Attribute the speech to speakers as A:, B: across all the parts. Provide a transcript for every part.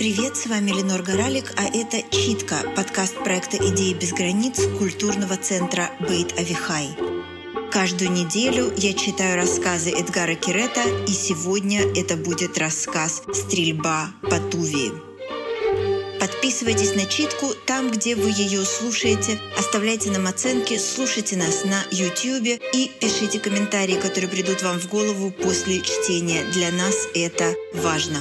A: Привет, с вами Ленор Горалик, а это «Читка» — подкаст проекта «Идеи без границ» культурного центра Бейт Авихай. Каждую неделю я читаю рассказы Эдгара Керета, и сегодня это будет рассказ «Стрельба по Тувии». Подписывайтесь на «Читку» там, где вы ее слушаете, оставляйте нам оценки, слушайте нас на YouTube и пишите комментарии, которые придут вам в голову после чтения. Для нас это важно.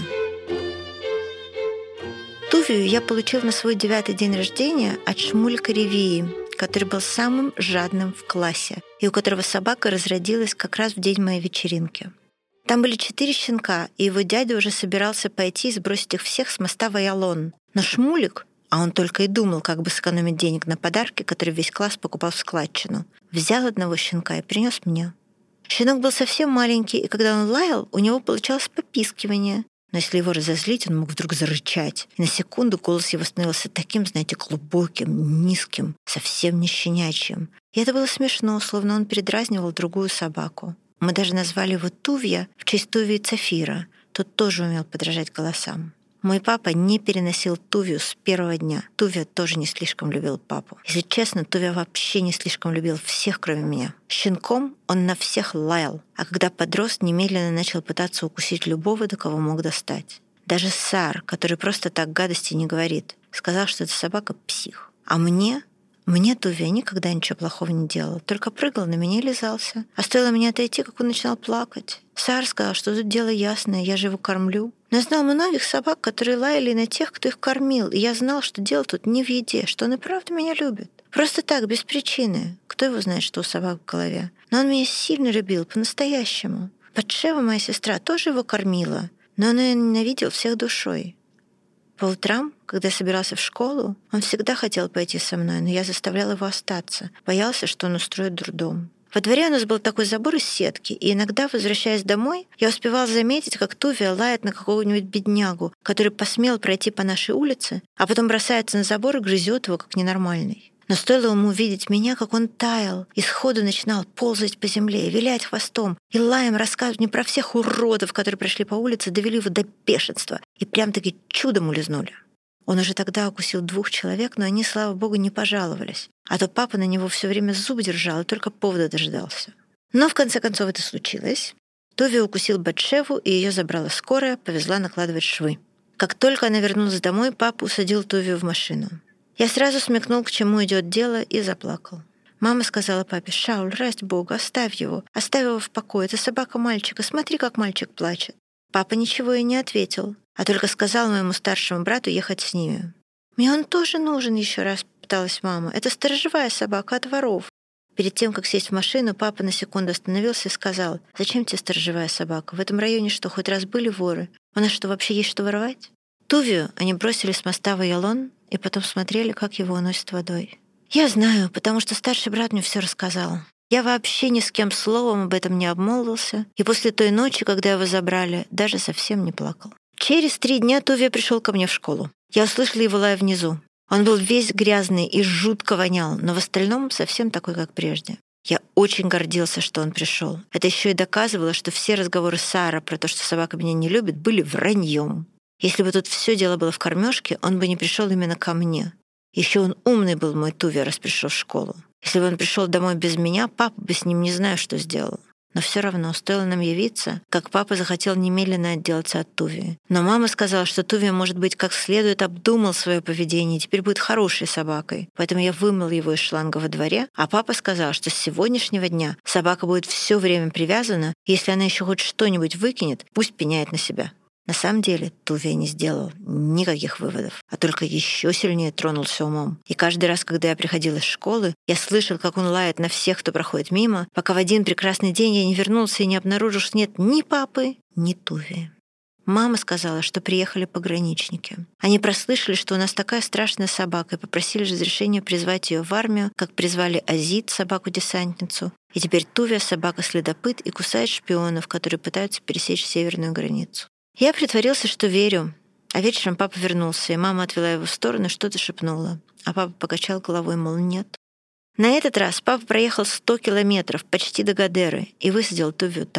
A: Тувию я получил на свой 9-й день рождения от Шмулька Ревии, который был самым жадным в классе, и у которого собака разродилась как раз в день моей вечеринки. Там были 4 щенка, и его дядя уже собирался пойти и сбросить их всех с моста Вайалон. Но Шмулик, а он только и думал, как бы сэкономить денег на подарки, которые весь класс покупал в складчину, взял одного щенка и принес мне. Щенок был совсем маленький, и когда он лаял, у него получалось попискивание. Но если его разозлить, он мог вдруг зарычать. И на секунду голос его становился таким, знаете, глубоким, низким, совсем не щенячьим. И это было смешно, словно он передразнивал другую собаку. Мы даже назвали его Тувья в честь Тувии Цафира. Тот тоже умел подражать голосам. Мой папа не переносил Тувию с первого дня. Тувия тоже не слишком любил папу. Если честно, Тувия вообще не слишком любил всех, кроме меня. Щенком он на всех лаял, а когда подрос, немедленно начал пытаться укусить любого, до кого мог достать. Даже Саар, который просто так гадости не говорит, сказал, что эта собака псих. А мне Тувия никогда ничего плохого не делал, только прыгал на меня и лизался. А стоило мне отойти, как он начинал плакать. Саар сказал, что тут дело ясное, я же его кормлю. Но я знал многих собак, которые лаяли на тех, кто их кормил, и я знал, что дело тут не в еде, что он и правда меня любит. Просто так, без причины. Кто его знает, что у собак в голове. Но он меня сильно любил, по-настоящему. Батшева, моя сестра, тоже его кормила, но он ее ненавидел всех душой. По утрам, когда я собирался в школу, он всегда хотел пойти со мной, но я заставлял его остаться, боялся, что он устроит дурдом. Во дворе у нас был такой забор из сетки, и иногда, возвращаясь домой, я успевал заметить, как Тувия лает на какого-нибудь беднягу, который посмел пройти по нашей улице, а потом бросается на забор и грызет его, как ненормальный. Но стоило ему увидеть меня, как он таял, и сходу начинал ползать по земле, вилять хвостом и лаем рассказывать мне про всех уродов, которые прошли по улице, довели его до бешенства и прям-таки чудом улизнули. Он уже тогда укусил 2 человек, но они, слава богу, не пожаловались. А то папа на него все время зуб держал и только повода дожидался. Но в конце концов это случилось. Тувия укусил Батшеву, и ее забрала скорая, повезла накладывать швы. Как только она вернулась домой, папа усадил Тувию в машину. Я сразу смекнул, к чему идет дело, и заплакал. Мама сказала папе: «Шауль, ради Бога, оставь его в покое, это собака мальчика, смотри, как мальчик плачет». Папа ничего и не ответил, а только сказал моему старшему брату ехать с ними. «Мне он тоже нужен», — еще раз пыталась мама. «Это сторожевая собака от воров». Перед тем, как сесть в машину, папа на секунду остановился и сказал: «Зачем тебе сторожевая собака? В этом районе что, хоть раз были воры? У нас что, вообще есть что воровать?» Тувию они бросили с моста Вайалон и потом смотрели, как его уносят водой. Я знаю, потому что старший брат мне все рассказал. Я вообще ни с кем словом об этом не обмолвился, и после той ночи, когда его забрали, даже совсем не плакал. Через 3 дня Тувия пришел ко мне в школу. Я услышала его лай внизу. Он был весь грязный и жутко вонял, но в остальном совсем такой, как прежде. Я очень гордился, что он пришел. Это еще и доказывало, что все разговоры Саара про то, что собака меня не любит, были враньем. Если бы тут все дело было в кормежке, он бы не пришел именно ко мне. Еще он умный был, мой Тувия, раз пришел в школу. Если бы он пришел домой без меня, папа бы с ним не знаю, что сделал. Но все равно, стоило нам явиться, как папа захотел немедленно отделаться от Тувии. Но мама сказала, что Тувия, может быть, как следует обдумал свое поведение и теперь будет хорошей собакой. Поэтому я вымыл его из шланга во дворе, а папа сказал, что с сегодняшнего дня собака будет все время привязана, и если она еще хоть что-нибудь выкинет, пусть пеняет на себя. На самом деле Тувия не сделал никаких выводов, а только еще сильнее тронулся умом. И каждый раз, когда я приходил из школы, я слышал, как он лает на всех, кто проходит мимо, пока в один прекрасный день я не вернулся и не обнаружил, что нет ни папы, ни Тувии. Мама сказала, что приехали пограничники. Они прослышали, что у нас такая страшная собака, и попросили разрешения призвать ее в армию, как призвали Азит, собаку-десантницу. И теперь Тувия — собака-следопыт и кусает шпионов, которые пытаются пересечь северную границу. Я притворился, что верю, а вечером папа вернулся, и мама отвела его в сторону и что-то шепнула, а папа покачал головой, мол, нет. На этот раз папа проехал 100 километров, почти до Гадеры, и высадил Тувию там.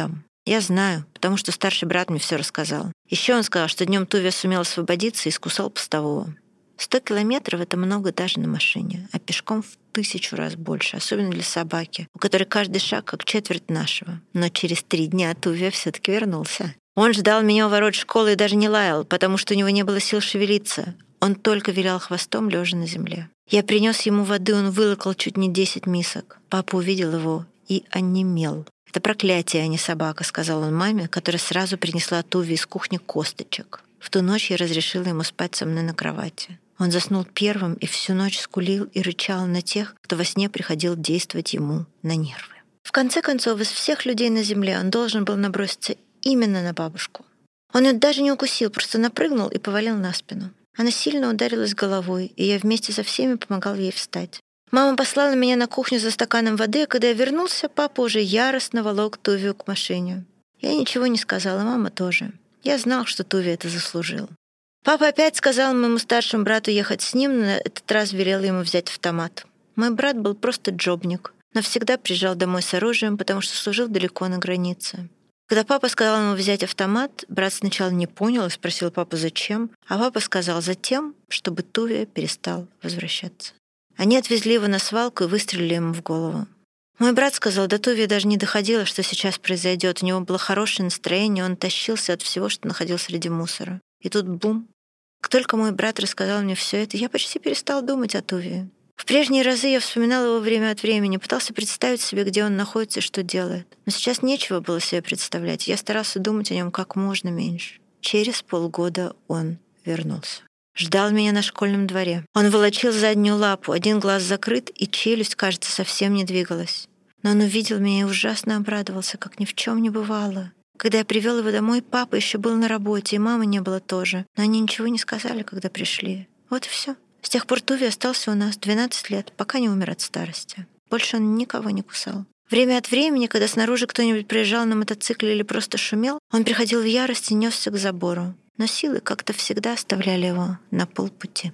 A: Я знаю, потому что старший брат мне все рассказал. Еще он сказал, что днем Тувия сумел освободиться и искусал постового. 100 километров — это много даже на машине, а пешком в 1000 раз больше, особенно для собаки, у которой каждый шаг как четверть нашего. Но через 3 дня Тувия все-таки вернулся. Он ждал меня у ворот школы и даже не лаял, потому что у него не было сил шевелиться. Он только вилял хвостом, лежа на земле. Я принес ему воды, он вылокал чуть не 10 мисок. Папа увидел его и онемел. «Это проклятие, а не собака», — сказал он маме, которая сразу принесла Туве из кухни косточек. В ту ночь я разрешила ему спать со мной на кровати. Он заснул первым и всю ночь скулил и рычал на тех, кто во сне приходил действовать ему на нервы. В конце концов, из всех людей на земле он должен был наброситься именно на бабушку. Он ее даже не укусил, просто напрыгнул и повалил на спину. Она сильно ударилась головой, и я вместе со всеми помогал ей встать. Мама послала меня на кухню за стаканом воды, а когда я вернулся, папа уже яростно волок Тувию к машине. Я ничего не сказала, мама тоже. Я знал, что Тувия это заслужил. Папа опять сказал моему старшему брату ехать с ним, но на этот раз велел ему взять автомат. Мой брат был просто джобник, но всегда приезжал домой с оружием, потому что служил далеко на границе. Когда папа сказал ему взять автомат, брат сначала не понял и спросил папу, зачем, а папа сказал затем, чтобы Тувия перестал возвращаться. Они отвезли его на свалку и выстрелили ему в голову. Мой брат сказал, до Тувии даже не доходило, что сейчас произойдет. У него было хорошее настроение, он тащился от всего, что находил среди мусора. И тут бум. Как только мой брат рассказал мне все это, я почти перестал думать о Тувии. В прежние разы я вспоминал его время от времени, пытался представить себе, где он находится и что делает. Но сейчас нечего было себе представлять. Я старался думать о нем как можно меньше. Через полгода он вернулся. Ждал меня на школьном дворе. Он волочил заднюю лапу, один глаз закрыт, и челюсть, кажется, совсем не двигалась. Но он увидел меня и ужасно обрадовался, как ни в чем не бывало. Когда я привел его домой, папа еще был на работе, и мамы не было тоже. Но они ничего не сказали, когда пришли. Вот и все. С тех пор Туви остался у нас 12 лет, пока не умер от старости. Больше он никого не кусал. Время от времени, когда снаружи кто-нибудь проезжал на мотоцикле или просто шумел, он приходил в ярость и несся к забору. Но силы как-то всегда оставляли его на полпути.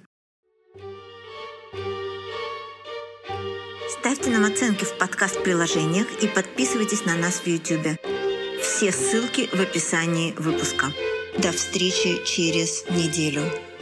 A: Ставьте нам оценки в подкаст-приложениях и подписывайтесь на нас в YouTube. Все ссылки в описании выпуска. До встречи через неделю.